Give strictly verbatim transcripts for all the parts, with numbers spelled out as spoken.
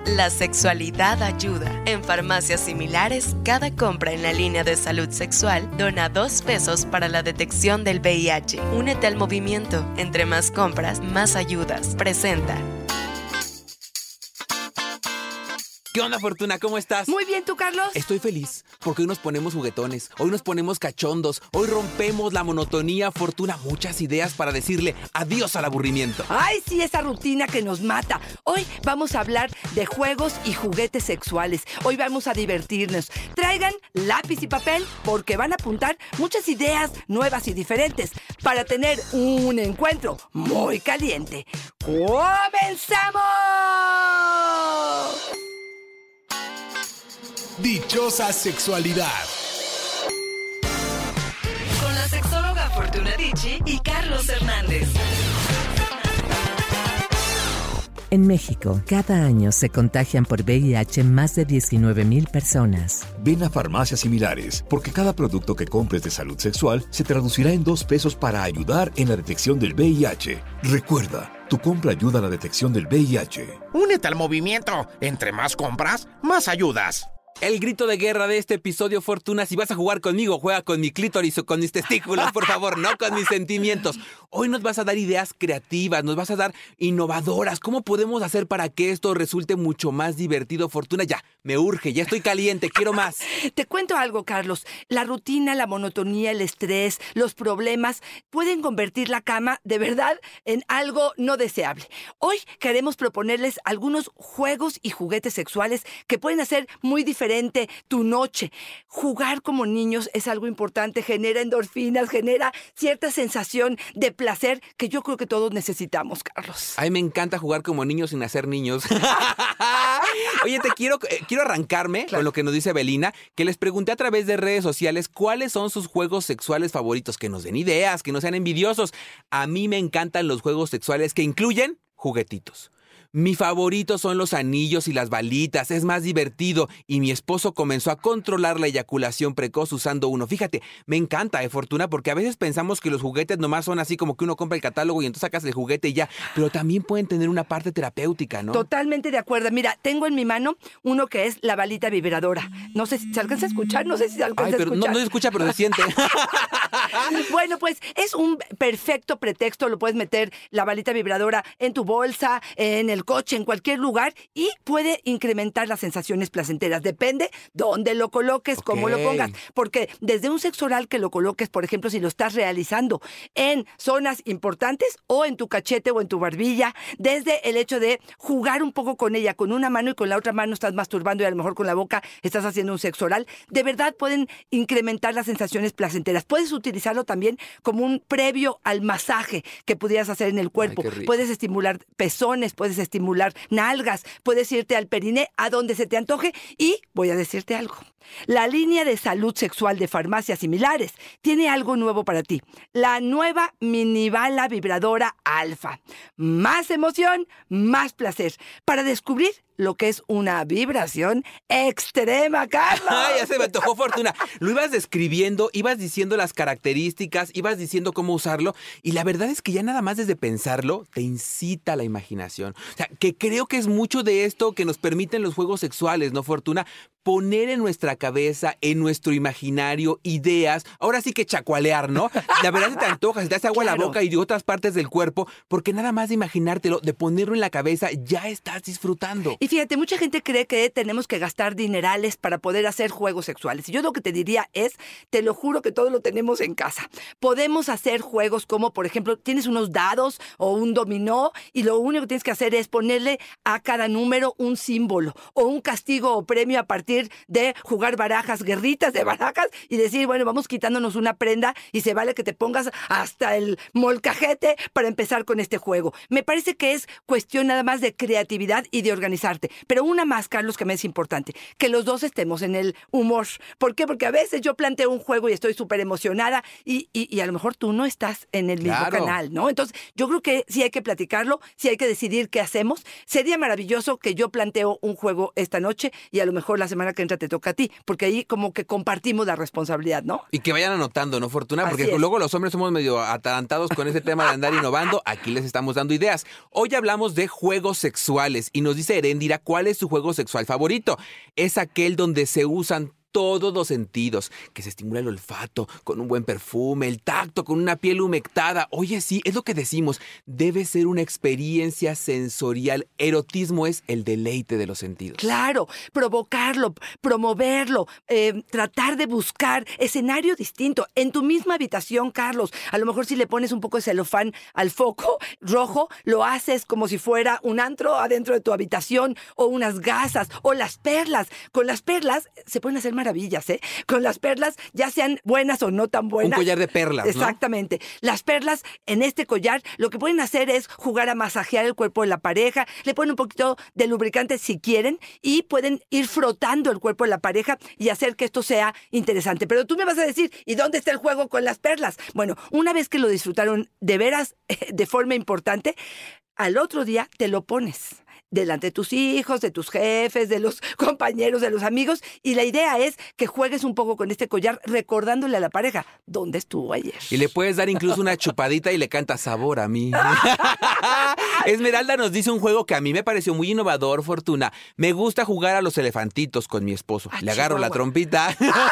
La sexualidad ayuda. En farmacias similares, cada compra en la línea de salud sexual dona dos pesos para la detección del V I H. Únete al movimiento. Entre más compras, más ayudas. Presenta. ¿Qué onda, Fortuna? ¿Cómo estás? Muy bien, ¿tú, Carlos? Estoy feliz porque hoy nos ponemos juguetones, hoy nos ponemos cachondos, hoy rompemos la monotonía, Fortuna, muchas ideas para decirle adiós al aburrimiento. Ay, sí, esa rutina que nos mata. Hoy vamos a hablar de juegos y juguetes sexuales. Hoy vamos a divertirnos. Traigan lápiz y papel porque van a apuntar muchas ideas nuevas y diferentes para tener un encuentro muy caliente. ¡Comenzamos! Dichosa sexualidad. Con la sexóloga Fortuna Dicci y Carlos Hernández. En México, cada año se contagian por V I H más de diecinueve mil personas. Ven a farmacias similares, porque cada producto que compres de salud sexual se traducirá en dos pesos para ayudar en la detección del V I H. Recuerda, tu compra ayuda a la detección del V I H. Únete al movimiento. Entre más compras, más ayudas. El grito de guerra de este episodio, Fortuna, si vas a jugar conmigo, juega con mi clítoris o con mis testículos, por favor, no con mis sentimientos. Hoy nos vas a dar ideas creativas, nos vas a dar innovadoras. ¿Cómo podemos hacer para que esto resulte mucho más divertido, Fortuna? Ya, me urge, ya estoy caliente, quiero más. Te cuento algo, Carlos. La rutina, la monotonía, el estrés, los problemas pueden convertir la cama, de verdad, en algo no deseable. Hoy queremos proponerles algunos juegos y juguetes sexuales que pueden hacer muy diferentes tu noche. Jugar como niños es algo importante, genera endorfinas, genera cierta sensación de placer que yo creo que todos necesitamos, Carlos. Ay, me encanta jugar como niños sin hacer niños. Oye, te quiero, eh, quiero arrancarme claro. con lo que nos dice Belina, que les pregunté a través de redes sociales cuáles son sus juegos sexuales favoritos, que nos den ideas, que no sean envidiosos. A mí me encantan los juegos sexuales que incluyen juguetitos. Mi favorito son los anillos y las balitas, es más divertido y mi esposo comenzó a controlar la eyaculación precoz usando uno. Fíjate, me encanta, eh, Fortuna, porque a veces pensamos que los juguetes nomás son así como que uno compra el catálogo y entonces sacas el juguete y ya, pero también pueden tener una parte terapéutica, ¿no? Totalmente de acuerdo. Mira, tengo en mi mano uno que es la balita vibradora. No sé si se alcanza a escuchar, no sé si se alcanza Ay, pero a escuchar. No, no se escucha, pero se siente. Bueno, pues es un perfecto pretexto, lo puedes meter la balita vibradora en tu bolsa, en el coche, en cualquier lugar y puede incrementar las sensaciones placenteras. Depende dónde lo coloques, okay. cómo lo pongas. Porque desde un sexo oral que lo coloques, por ejemplo, si lo estás realizando en zonas importantes o en tu cachete o en tu barbilla, desde el hecho de jugar un poco con ella, con una mano y con la otra mano estás masturbando y a lo mejor con la boca estás haciendo un sexo oral, de verdad pueden incrementar las sensaciones placenteras. Puedes utilizarlo también como un previo al masaje que pudieras hacer en el cuerpo. Ay, puedes estimular pezones, puedes estimular nalgas, puedes irte al periné a donde se te antoje y voy a decirte algo. La línea de salud sexual de farmacias similares tiene algo nuevo para ti. La nueva minibala vibradora alfa. Más emoción, más placer. Para descubrir lo que es una vibración extrema, Carlos. Ay, ya se me antojó, Fortuna. Lo ibas describiendo, ibas diciendo las características, ibas diciendo cómo usarlo y la verdad es que ya nada más desde pensarlo te incita a la imaginación. O sea, que creo que es mucho de esto que nos permiten los juegos sexuales, ¿no, Fortuna? Poner en nuestra cabeza, en nuestro imaginario, ideas, ahora sí que chacualear, ¿no? La verdad se te antoja, se te hace agua claro. la boca y de otras partes del cuerpo, porque nada más de imaginártelo, de ponerlo en la cabeza, ya estás disfrutando. Y fíjate, mucha gente cree que tenemos que gastar dinerales para poder hacer juegos sexuales. Y yo lo que te diría es, te lo juro que todo lo tenemos en casa. Podemos hacer juegos como, por ejemplo, tienes unos dados o un dominó y lo único que tienes que hacer es ponerle a cada número un símbolo o un castigo o premio a partir de jugar barajas, guerritas de barajas y decir, bueno, vamos quitándonos una prenda y se vale que te pongas hasta el molcajete para empezar con este juego. Me parece que es cuestión nada más de creatividad y de organizarte. Pero una más, Carlos, que me es importante, que los dos estemos en el humor. ¿Por qué? Porque a veces yo planteo un juego y estoy súper emocionada y, y, y a lo mejor tú no estás en el mismo claro. canal, ¿no? Entonces, yo creo que sí hay que platicarlo, sí hay que decidir qué hacemos. Sería maravilloso que yo planteo un juego esta noche y a lo mejor la semana semana que entra te toca a ti, porque ahí como que compartimos la responsabilidad, ¿no? Y que vayan anotando, ¿no, Fortuna? Porque Así es. luego los hombres somos medio atarantados con ese tema de andar innovando. Aquí les estamos dando ideas. Hoy hablamos de juegos sexuales y nos dice Heréndira cuál es su juego sexual favorito. Es aquel donde se usan todos los sentidos, que se estimula el olfato con un buen perfume, el tacto con una piel humectada. Oye, sí, es lo que decimos, debe ser una experiencia sensorial. Erotismo es el deleite de los sentidos. Claro, provocarlo, promoverlo, eh, tratar de buscar escenario distinto. En tu misma habitación, Carlos, a lo mejor si le pones un poco de celofán al foco rojo, lo haces como si fuera un antro adentro de tu habitación, o unas gasas, o las perlas. Con las perlas se pueden hacer maravillas, ¿eh? Con las perlas, ya sean buenas o no tan buenas. Un collar de perlas, ¿no? Exactamente. Las perlas en este collar lo que pueden hacer es jugar a masajear el cuerpo de la pareja, le ponen un poquito de lubricante si quieren y pueden ir frotando el cuerpo de la pareja y hacer que esto sea interesante. Pero tú me vas a decir, ¿y dónde está el juego con las perlas? Bueno, una vez que lo disfrutaron de veras, de forma importante, al otro día te lo pones delante de tus hijos, de tus jefes, de los compañeros, de los amigos, y la idea es que juegues un poco con este collar recordándole a la pareja dónde estuvo ayer. Y le puedes dar incluso una chupadita y le canta sabor a mí. Esmeralda nos dice un juego que a mí me pareció muy innovador, Fortuna. Me gusta jugar a los elefantitos con mi esposo. Ah, le agarro Chihuahua. la trompita.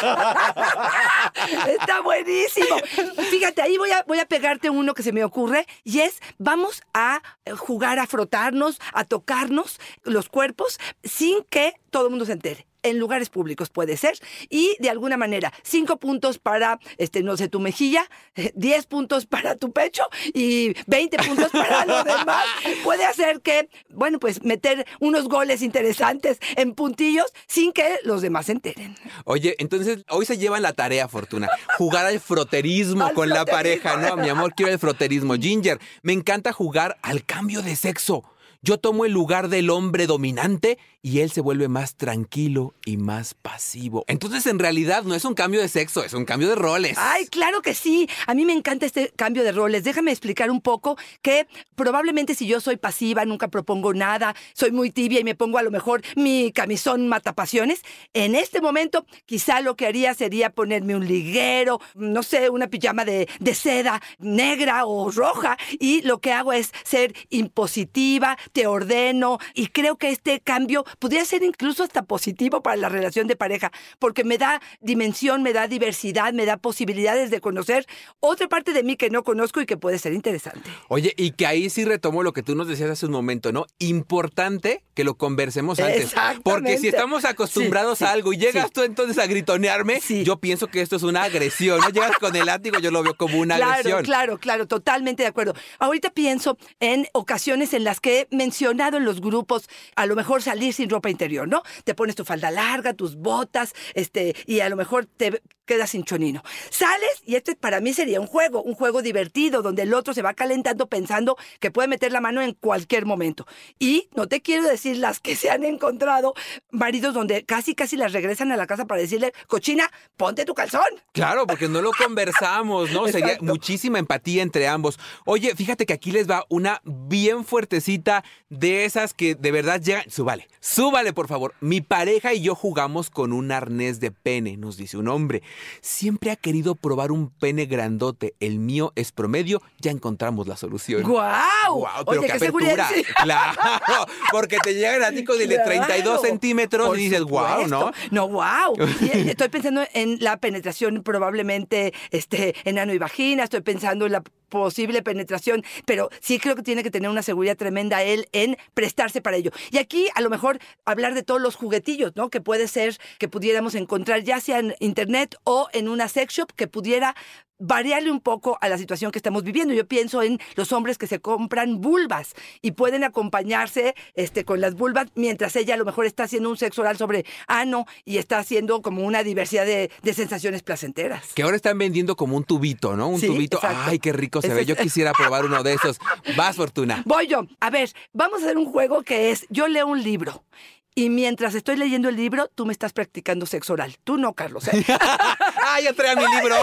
Está buenísimo. Fíjate, ahí voy a, voy a pegarte uno que se me ocurre, y es, vamos a jugar a frotarnos, a tocarnos los cuerpos sin que todo el mundo se entere. En lugares públicos puede ser, y de alguna manera, cinco puntos para, este, no sé, tu mejilla, eh, diez puntos para tu pecho y veinte puntos para lo demás. Puede hacer que, bueno, pues meter unos goles interesantes en puntillos sin que los demás se enteren. Oye, entonces hoy se llevan la tarea, Fortuna. Jugar al froterismo Al con la froterismo. pareja, ¿no? Mi amor, quiero el froterismo. Ginger, me encanta jugar al cambio de sexo. Yo tomo el lugar del hombre dominante y él se vuelve más tranquilo y más pasivo. Entonces, en realidad, no es un cambio de sexo, es un cambio de roles. Ay, claro que sí. A mí me encanta este cambio de roles. Déjame explicar un poco que probablemente si yo soy pasiva, nunca propongo nada, soy muy tibia y me pongo a lo mejor mi camisón matapasiones, en este momento quizá lo que haría sería ponerme un liguero, no sé, una pijama de, de seda negra o roja, y lo que hago es ser impositiva, te ordeno, y creo que este cambio podría ser incluso hasta positivo para la relación de pareja, porque me da dimensión, me da diversidad, me da posibilidades de conocer otra parte de mí que no conozco y que puede ser interesante. Oye, y que ahí sí retomo lo que tú nos decías hace un momento, ¿no? Importante que lo conversemos antes. Exactamente. Porque si estamos acostumbrados Sí, sí, a algo y llegas sí. tú entonces a gritonearme, Sí. yo pienso que esto es una agresión. No llegas con el látigo, yo lo veo como una Claro, agresión. claro, claro, totalmente de acuerdo. Ahorita pienso en ocasiones en las que he mencionado en los grupos, a lo mejor salir sin ropa interior, ¿no? Te pones tu falda larga, tus botas, este, y a lo mejor te quedas sin chonino. Sales, y este para mí sería un juego, un juego divertido, donde el otro se va calentando pensando que puede meter la mano en cualquier momento. Y no te quiero decir las que se han encontrado maridos donde casi, casi las regresan a la casa para decirle, cochina, ponte tu calzón. Claro, porque no lo conversamos, ¿no? Sería Exacto. muchísima empatía entre ambos. Oye, fíjate que aquí les va una bien fuertecita de esas que de verdad llegan. Súbale, súbale, por favor. Mi pareja y yo jugamos con un arnés de pene, nos dice un hombre. Siempre ha querido probar un pene grandote. El mío es promedio, ya encontramos la solución. ¡Guau! Guau, pero Oye, qué qué seguridad. apertura. Sí. Claro, porque te llegan a ti con el de treinta y dos Claro, centímetros por y dices, wow, ¿no? supuesto. No, wow. Y estoy pensando en la penetración probablemente este, en ano y vagina, estoy pensando en la posible penetración, pero sí creo que tiene que tener una seguridad tremenda él en prestarse para ello. Y aquí a lo mejor hablar de todos los juguetillos, ¿no? Que puede ser que pudiéramos encontrar ya sea en internet o en una sex shop que pudiera variarle un poco a la situación que estamos viviendo. Yo pienso en los hombres que se compran vulvas y pueden acompañarse este, con las vulvas mientras ella a lo mejor está haciendo un sexo oral sobre ano y está haciendo como una diversidad de, de sensaciones placenteras. Que ahora están vendiendo como un tubito, ¿no? Un Sí, tubito. exacto. Ay, qué rico se Ese ve. es- Yo quisiera probar uno de esos. Vas, Fortuna. Voy yo. A ver, vamos a hacer un juego que es, yo leo un libro y mientras estoy leyendo el libro, tú me estás practicando sexo oral. Tú no, Carlos, ¿eh? ¡Ah, ya trae mi libro!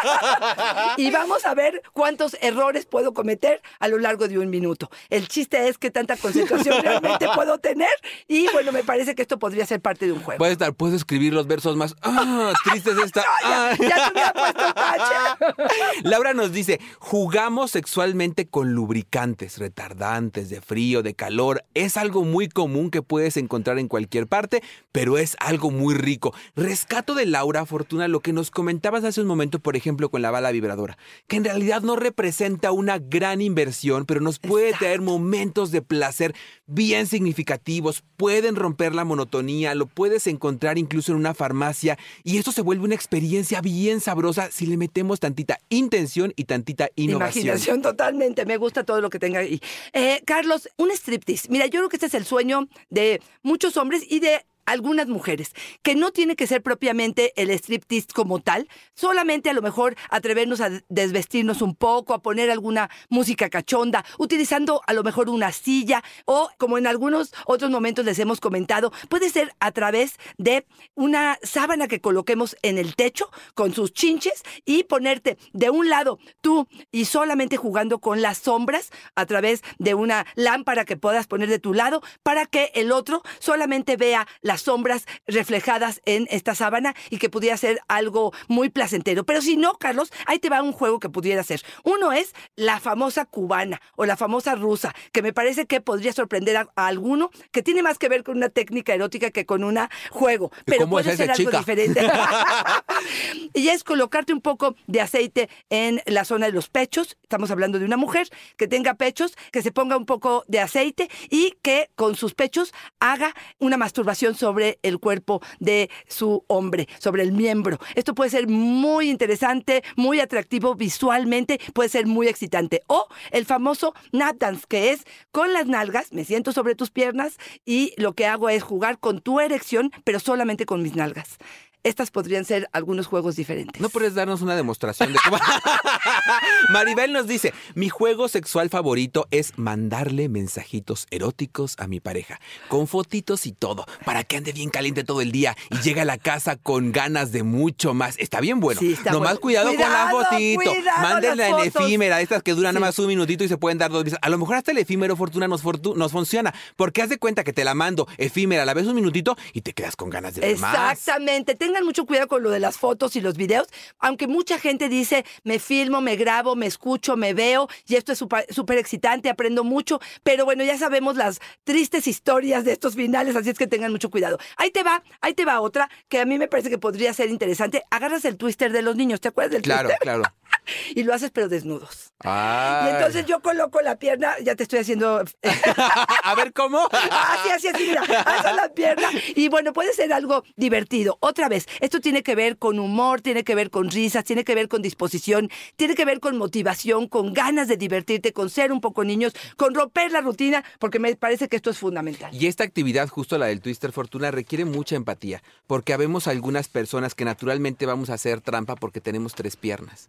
Y vamos a ver cuántos errores puedo cometer a lo largo de un minuto. El chiste es qué tanta concentración realmente puedo tener. Y bueno, me parece que esto podría ser parte de un juego. Puedes estar, puedo escribir los versos más ah, tristes de esta. Ya, ya te hubiera puesto tache. Laura nos dice, jugamos sexualmente con lubricantes, retardantes, de frío, de calor. Es algo muy común que puedes encontrar en cualquier parte, pero es algo muy rico. Rescato de Laura, Fortuna, lo que nos comentabas hace un momento, por ejemplo, con la bala vibradora, que en realidad no representa una gran inversión, pero nos puede Exacto. traer momentos de placer bien significativos, pueden romper la monotonía, lo puedes encontrar incluso en una farmacia, y esto se vuelve una experiencia bien sabrosa si le metemos tantita intención y tantita innovación. Imaginación totalmente, me gusta todo lo que tenga ahí. Eh, Carlos, un striptease. Mira, yo creo que este es el sueño de muchos hombres y de algunas mujeres, que no tiene que ser propiamente el striptease como tal, solamente a lo mejor atrevernos a desvestirnos un poco, a poner alguna música cachonda, utilizando a lo mejor una silla o, como en algunos otros momentos les hemos comentado, puede ser a través de una sábana que coloquemos en el techo con sus chinches y ponerte de un lado tú y solamente jugando con las sombras a través de una lámpara que puedas poner de tu lado para que el otro solamente vea la sombras reflejadas en esta sábana y que pudiera ser algo muy placentero. Pero si no, Carlos, ahí te va un juego que pudiera ser. Uno es la famosa cubana o la famosa rusa, que me parece que podría sorprender a, a alguno, que tiene más que ver con una técnica erótica que con un juego. Pero puede es ser ese, algo chica? diferente. Y es colocarte un poco de aceite en la zona de los pechos. Estamos hablando de una mujer que tenga pechos, que se ponga un poco de aceite y que con sus pechos haga una masturbación sobre el cuerpo de su hombre, sobre el miembro. Esto puede ser muy interesante, muy atractivo visualmente, puede ser muy excitante. O el famoso nap dance, que es con las nalgas, me siento sobre tus piernas y lo que hago es jugar con tu erección, pero solamente con mis nalgas. Estas podrían ser algunos juegos diferentes. ¿No puedes darnos una demostración de cómo? Maribel nos dice, mi juego sexual favorito es mandarle mensajitos eróticos a mi pareja, con fotitos y todo, para que ande bien caliente todo el día y llegue a la casa con ganas de mucho más. Está bien bueno. Sí, está Nomás bueno. cuidado, Cuidado, con la fotito. cuidado Mándenla las en fotos. efímera, estas que duran Sí. nada más un minutito y se pueden dar dos veces. A lo mejor hasta el efímero, Fortuna, nos, fortu- nos funciona, porque haz de cuenta que te la mando efímera, la ves un minutito y te quedas con ganas de ver más. Exactamente. Tengan mucho cuidado con lo de las fotos y los videos, aunque mucha gente dice, me filmo, me grabo, me escucho, me veo, y esto es súper excitante, aprendo mucho, pero bueno, ya sabemos las tristes historias de estos finales, así es que tengan mucho cuidado. Ahí te va, ahí te va otra, que a mí me parece que podría ser interesante. Agarras el twister de los niños, ¿te acuerdas del Claro, twister? claro. Y lo haces pero desnudos. Ay. Y entonces yo coloco la pierna, ya te estoy haciendo... A ver, ¿cómo? Así, así, así, mira, alza la pierna. Y bueno, puede ser algo divertido. Otra vez, esto tiene que ver con humor, tiene que ver con risas, tiene que ver con disposición, tiene que ver con motivación, con ganas de divertirte, con ser un poco niños, con romper la rutina, porque me parece que esto es fundamental. Y esta actividad, justo la del Twister Fortuna, requiere mucha empatía, porque habemos algunas personas que naturalmente vamos a hacer trampa porque tenemos tres piernas.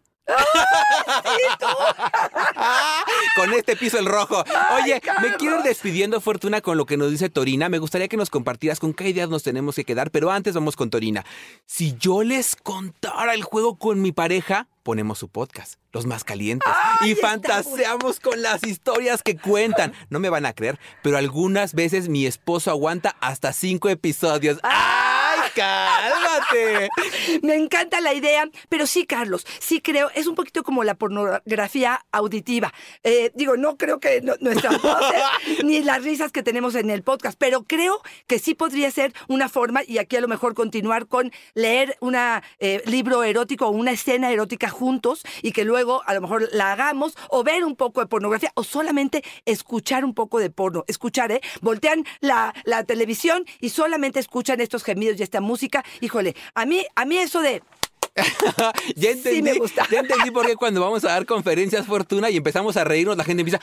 Con este piso el rojo. Oye, Ay, Carlos. me quiero ir despidiendo, Fortuna, con lo que nos dice Torina. Me gustaría que nos compartieras con qué ideas nos tenemos que quedar, pero antes vamos con Torina. Si yo les contara el juego con mi pareja, ponemos su podcast, Los Más Calientes, Ay, y está fantaseamos con las historias que cuentan. No me van a creer, pero algunas veces mi esposo aguanta hasta cinco episodios. ¡Ay, cálmate! Me encanta la idea, pero sí, Carlos, sí creo, es un poquito como la pornografía auditiva. Eh, digo, no creo que no, nuestras voces ni las risas que tenemos en el podcast, pero creo que sí podría ser una forma, y aquí a lo mejor continuar con leer un eh, libro erótico o una escena erótica juntos y que luego a lo mejor la hagamos, o ver un poco de pornografía, o solamente escuchar un poco de porno. Escuchar, ¿eh? Voltean la, la televisión y solamente escuchan estos gemidos y esta música. Híjole, a mí, a mí eso de... Ya entendí, Sí me gusta. ya entendí por qué cuando vamos a dar conferencias, Fortuna, y empezamos a reírnos, la gente empieza...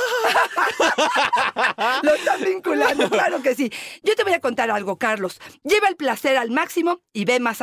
Lo estás vinculando, claro que sí. Yo te voy a contar algo, Carlos. Lleva el placer al máximo y ve más allá.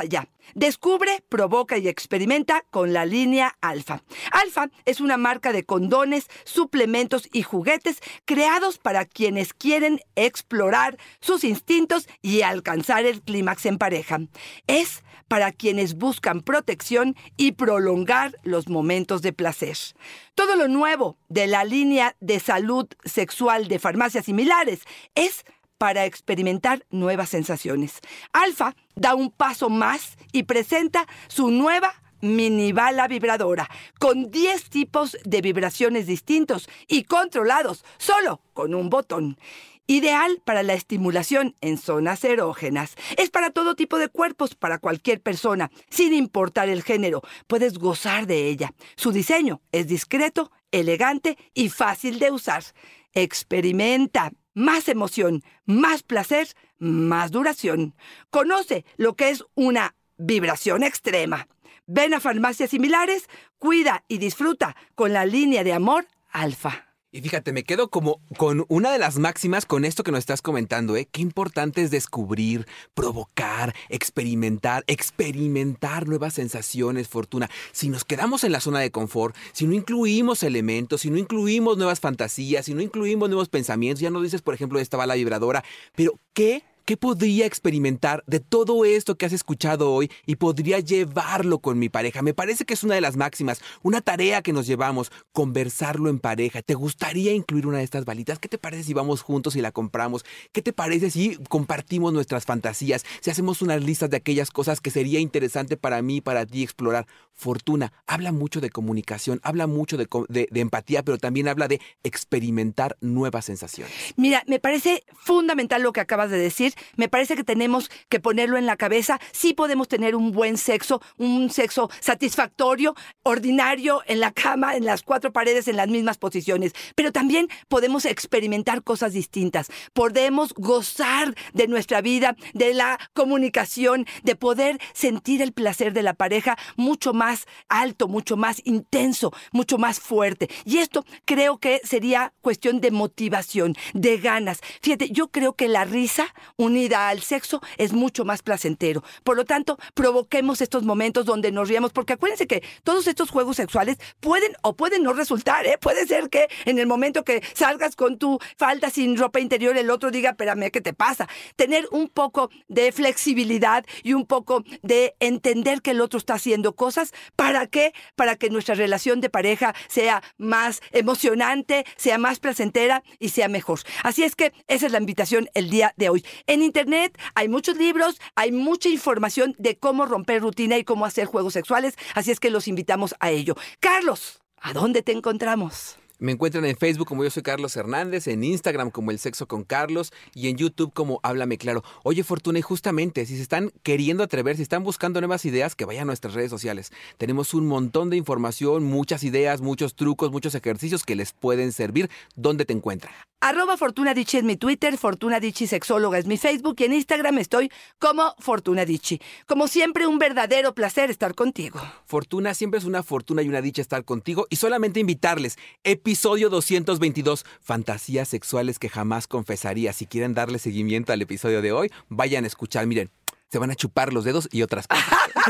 Descubre, provoca y experimenta con la línea Alfa. Alfa es una marca de condones, suplementos y juguetes creados para quienes quieren explorar sus instintos y alcanzar el clímax en pareja. Es para quienes buscan protección y prolongar los momentos de placer. Todo lo nuevo de la línea de salud sexual de Farmacias Similares es para experimentar nuevas sensaciones. Alfa da un paso más y presenta su nueva mini bala vibradora con diez tipos de vibraciones distintos y controlados solo con un botón. Ideal para la estimulación en zonas erógenas. Es para todo tipo de cuerpos, para cualquier persona, sin importar el género. Puedes gozar de ella. Su diseño es discreto, elegante y fácil de usar. Experimenta. Más emoción, más placer, más duración. Conoce lo que es una vibración extrema. Ven a Farmacias Similares, cuida y disfruta con la línea de amor Alfa. Y fíjate, me quedo como con una de las máximas con esto que nos estás comentando, ¿eh? Qué importante es descubrir, provocar, experimentar, experimentar nuevas sensaciones, Fortuna. Si nos quedamos en la zona de confort, si no incluimos elementos, si no incluimos nuevas fantasías, si no incluimos nuevos pensamientos, ya nos dices, por ejemplo, esta bala vibradora, pero ¿qué? ¿Qué podría experimentar de todo esto que has escuchado hoy y podría llevarlo con mi pareja? Me parece que es una de las máximas, una tarea que nos llevamos, conversarlo en pareja. ¿Te gustaría incluir una de estas balitas? ¿Qué te parece si vamos juntos y la compramos? ¿Qué te parece si compartimos nuestras fantasías? Si hacemos unas listas de aquellas cosas que sería interesante para mí y para ti explorar. Fortuna, habla mucho de comunicación, habla mucho de, de, de empatía, pero también habla de experimentar nuevas sensaciones. Mira, me parece fundamental lo que acabas de decir. Me parece que tenemos que ponerlo en la cabeza. Sí podemos tener un buen sexo, un sexo satisfactorio, ordinario, en la cama, en las cuatro paredes, en las mismas posiciones. Pero también podemos experimentar cosas distintas. Podemos gozar de nuestra vida, de la comunicación, de poder sentir el placer de la pareja mucho más alto, mucho más intenso, mucho más fuerte. Y esto creo que sería cuestión de motivación, de ganas. Fíjate, yo creo que la risa unida al sexo es mucho más placentero. Por lo tanto, provoquemos estos momentos donde nos riamos, porque acuérdense que todos estos juegos sexuales pueden o pueden no resultar, ¿eh? Puede ser que en el momento que salgas con tu falda sin ropa interior, el otro diga, espérame, ¿qué te pasa? Tener un poco de flexibilidad y un poco de entender que el otro está haciendo cosas. ¿Para qué? Para que nuestra relación de pareja sea más emocionante, sea más placentera y sea mejor. Así es que esa es la invitación el día de hoy. En internet hay muchos libros, hay mucha información de cómo romper rutina y cómo hacer juegos sexuales, así es que los invitamos a ello. Carlos, ¿a dónde te encontramos? Me encuentran en Facebook como Yo Soy Carlos Hernández, en Instagram como El Sexo con Carlos y en YouTube como Háblame Claro. Oye, Fortuna, y justamente, si se están queriendo atrever, si están buscando nuevas ideas, que vayan a nuestras redes sociales. Tenemos un montón de información, muchas ideas, muchos trucos, muchos ejercicios que les pueden servir. ¿Dónde te encuentran? Arroba Fortuna Dicci es mi Twitter, Fortuna Dicci Sexóloga es mi Facebook y en Instagram estoy como Fortuna Dicci. Como siempre, un verdadero placer estar contigo. Fortuna, siempre es una fortuna y una dicha estar contigo y solamente invitarles. Episodio doscientos veintidós, fantasías sexuales que jamás confesaría. Si quieren darle seguimiento al episodio de hoy, vayan a escuchar. Miren, se van a chupar los dedos y otras cosas.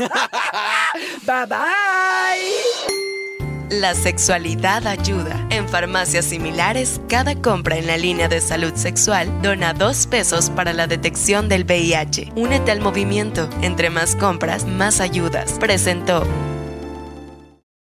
Bye, bye. La sexualidad ayuda. En Farmacias Similares, cada compra en la línea de salud sexual dona dos pesos para la detección del V I H. Únete al movimiento. Entre más compras, más ayudas. Presentó